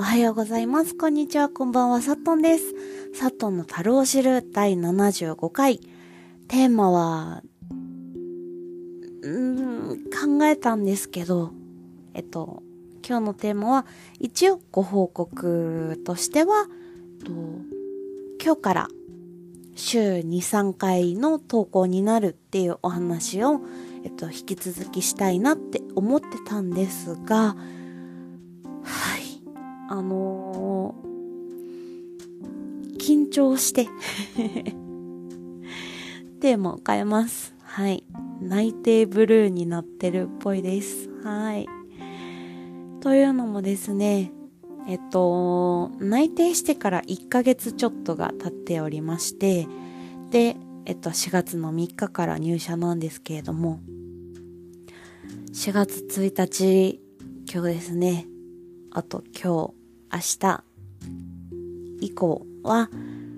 はようございます。こんにちは。こんばんは。さっとんです。さっとんの樽を知る第75回。テーマは、考えたんですけど、今日のテーマは、一応ご報告としては、今日から週2、3回の投稿になるっていうお話を、引き続きしたいなって思ってたんですが、はい。緊張してテーマを変えます。はい。内定ブルーになってるっぽいです。はい。というのもですね、内定してから1ヶ月ちょっとが経っておりまして、で、4月の3日から入社なんですけれども、4月1日、今日ですね、あと今日、明日以降は、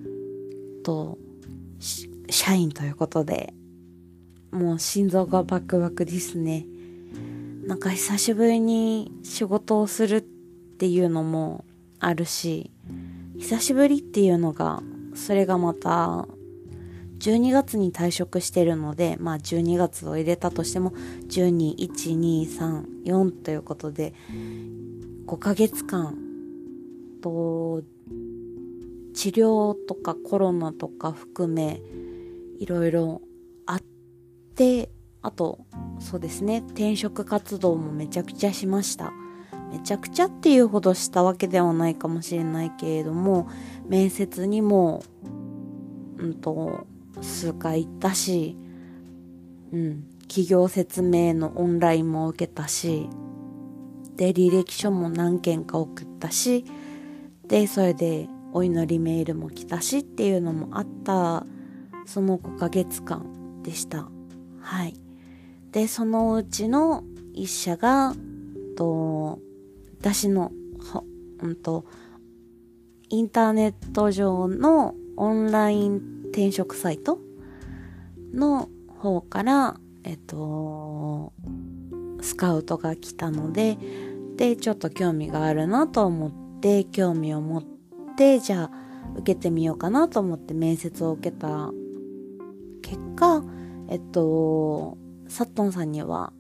社員ということで、もう心臓がバクバクですね。なんか久しぶりに仕事をするっていうのもあるし、久しぶりっていうのが、それがまた、12月に退職してるので、まあ12月を入れたとしても、12、1、2、3、4ということで、5ヶ月間、治療とかコロナとか含めいろいろあって、あとそうですね、転職活動もめちゃくちゃしました。めちゃくちゃっていうほどしたわけではないかもしれないけれども、面接にも数回行ったし、企業説明のオンラインも受けたし、で履歴書も何件か送ったし、でそれでお祈りメールも来たしっていうのもあった、その5ヶ月間でした。はい。でそのうちの一社が私のインターネット上のオンライン転職サイトの方からスカウトが来たので、ちょっと興味があるなと思って興味を持って、じゃあ受けてみようかなと思って面接を受けた結果、サットンさんには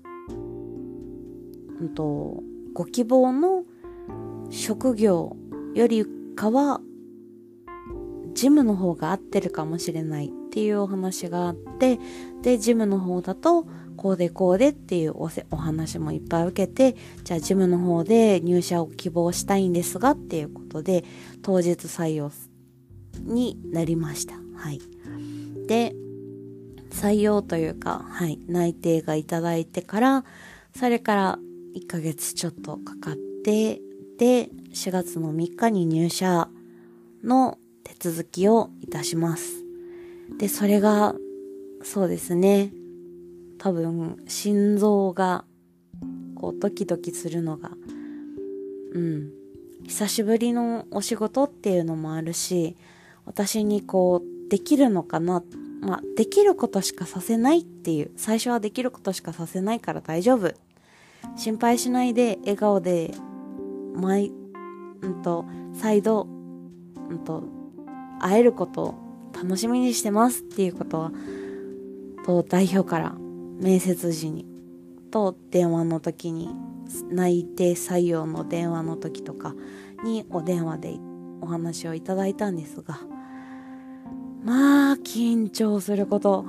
ご希望の職業よりかはジムの方が合ってるかもしれないっていうお話があって、でジムの方だとこうでこうでっていうお話もいっぱい受けて、じゃあジムの方で入社を希望したいんですがっていうことで当日採用になりました。はい。で採用というか、はい、内定がいただいてから、それから1ヶ月ちょっとかかって、で4月の3日に入社の手続きをいたします。でそれがそうですね、多分心臓がこうドキドキするのが、久しぶりのお仕事っていうのもあるし、私にこうできるのかな、できることしかさせないっていう、最初はできることしかさせないから大丈夫、心配しないで笑顔で再度会えることを楽しみにしてますっていうことは代表から面接時に電話の時に、内定採用の電話の時とかにお電話でお話をいただいたんですが、緊張すること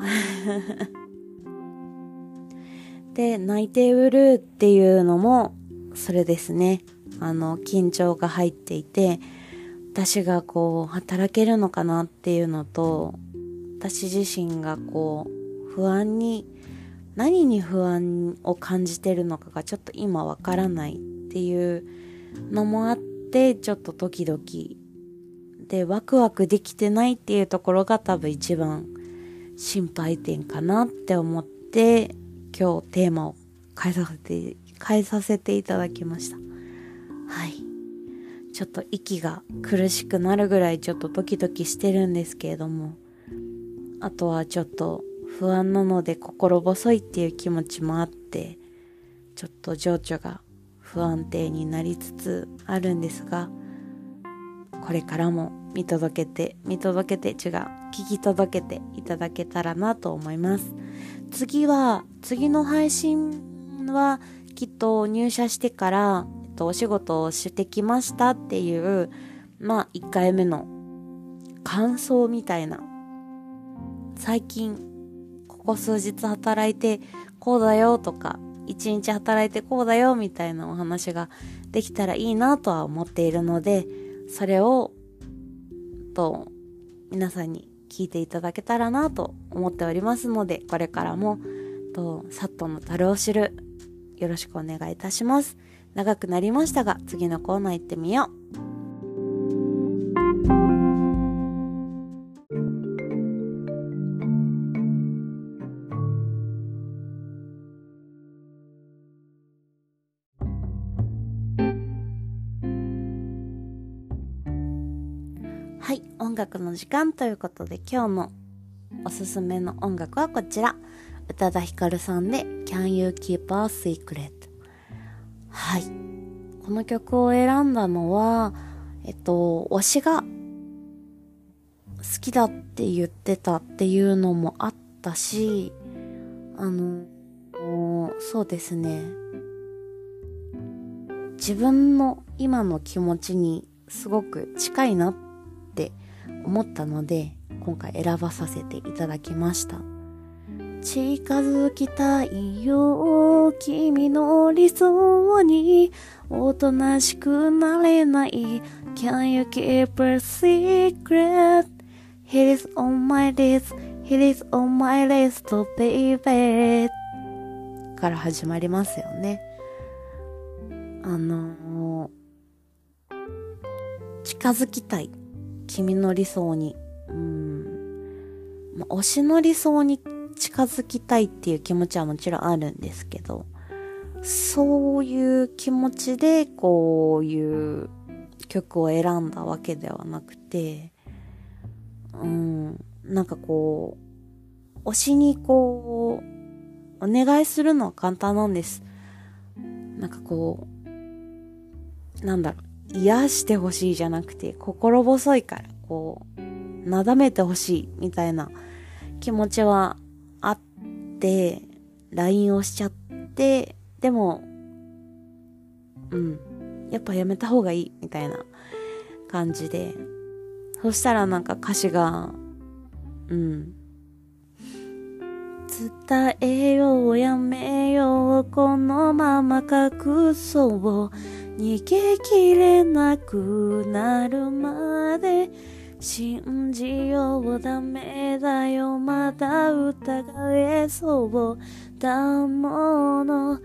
で、内定ブルーっていうのもそれですね。緊張が入っていて、私がこう働けるのかなっていうのと、私自身がこう何に不安を感じてるのかがちょっと今わからないっていうのもあって、ちょっとドキドキでワクワクできてないっていうところが多分一番心配点かなって思って、今日テーマを変えさせていただきました。はい。ちょっと息が苦しくなるぐらいちょっとドキドキしてるんですけれども、あとはちょっと不安なので心細いっていう気持ちもあって、ちょっと情緒が不安定になりつつあるんですが、 これからも聞き届けていただけたらなと思います。次の配信はきっと入社してから、お仕事をしてきましたっていう、1回目の感想みたいな、最近ここ数日働いてこうだよとか、一日働いてこうだよみたいなお話ができたらいいなとは思っているので、それを皆さんに聞いていただけたらなと思っておりますので、これからもサットの樽を知る、よろしくお願いいたします。長くなりましたが、次のコーナー行ってみよう。はい、音楽の時間ということで、今日のおすすめの音楽はこちら、宇多田ヒカルさんで Can You Keep a Secret。 はい、この曲を選んだのは推しが好きだって言ってたっていうのもあったし、そうですね、自分の今の気持ちにすごく近いなって思ったので、今回選ばさせていただきました。近づきたいよ、君の理想におとなしくなれない。 Can you keep a secret? It is on my list, it is on my list, baby から始まりますよね。近づきたい、君の理想に、推しの理想に近づきたいっていう気持ちはもちろんあるんですけど、そういう気持ちでこういう曲を選んだわけではなくて、なんかこう推しにこうお願いするのは簡単なんです。なんかこう癒してほしいじゃなくて、心細いからこうなだめてほしいみたいな気持ちはあって LINE をしちゃって、でもやっぱやめた方がいいみたいな感じで、そしたらなんか歌詞が伝えようやめようこのまま隠そう逃げきれなくなるまで信じようダメだよまだ疑えそうだもの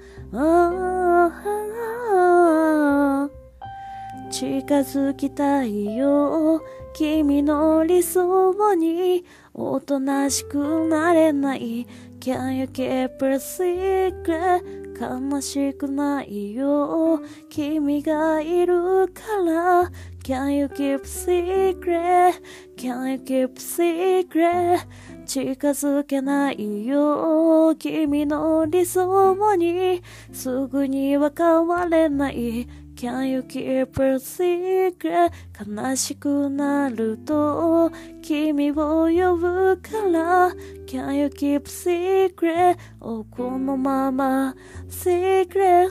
近づきたいよ君の理想におとなしくなれない Can you keep a secret 悲しくないよ君がいるから Can you keep a secret Can you keep a secret 近づけないよ君の理想にすぐには変われない Can you keep a secret 悲しくなると君を呼ぶから Can you keep a secret このまま secret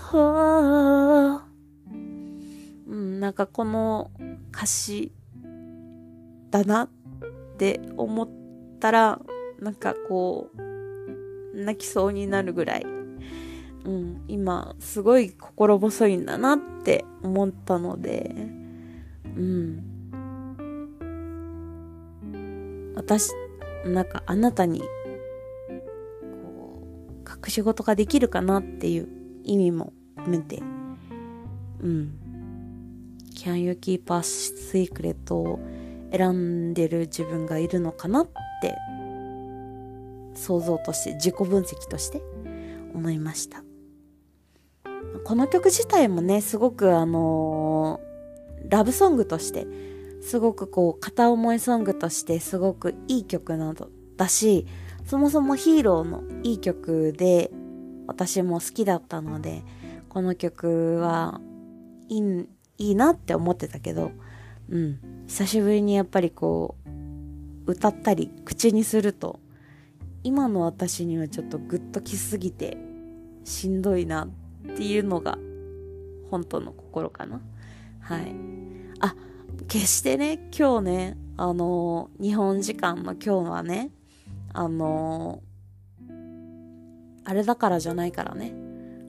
なんかこの歌詞だなって思ったらなんかこう泣きそうになるぐらい今すごい心細いんだなって思ったので、私なんかあなたにこう隠し事ができるかなっていう意味も込めて、Can you keep a secret を選んでる自分がいるのかなって想像として自己分析として思いました。この曲自体もねすごくラブソングとしてすごくこう片思いソングとしてすごくいい曲などだし、そもそもヒーローのいい曲で私も好きだったのでこの曲はいいなって思ってたけど、 久しぶりにやっぱりこう歌ったり口にすると、今の私にはちょっとグッときすぎてしんどいなっていうのが本当の心かな。はい。決してね、今日ね、日本時間の今日はね、あれだからじゃないからね。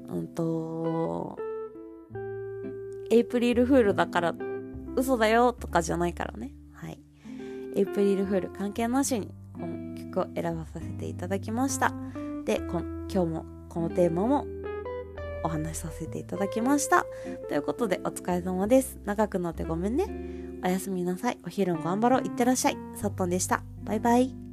エイプリルフールだから嘘だよとかじゃないからね。はい。エイプリルフール関係なしにこの曲を選ばさせていただきました。で、今日もこのテーマもお話しさせていただきました。ということでお疲れ様です。長くなってごめんね。おやすみなさい。お昼も頑張ろう。いってらっしゃい。さっとんでした。バイバイ。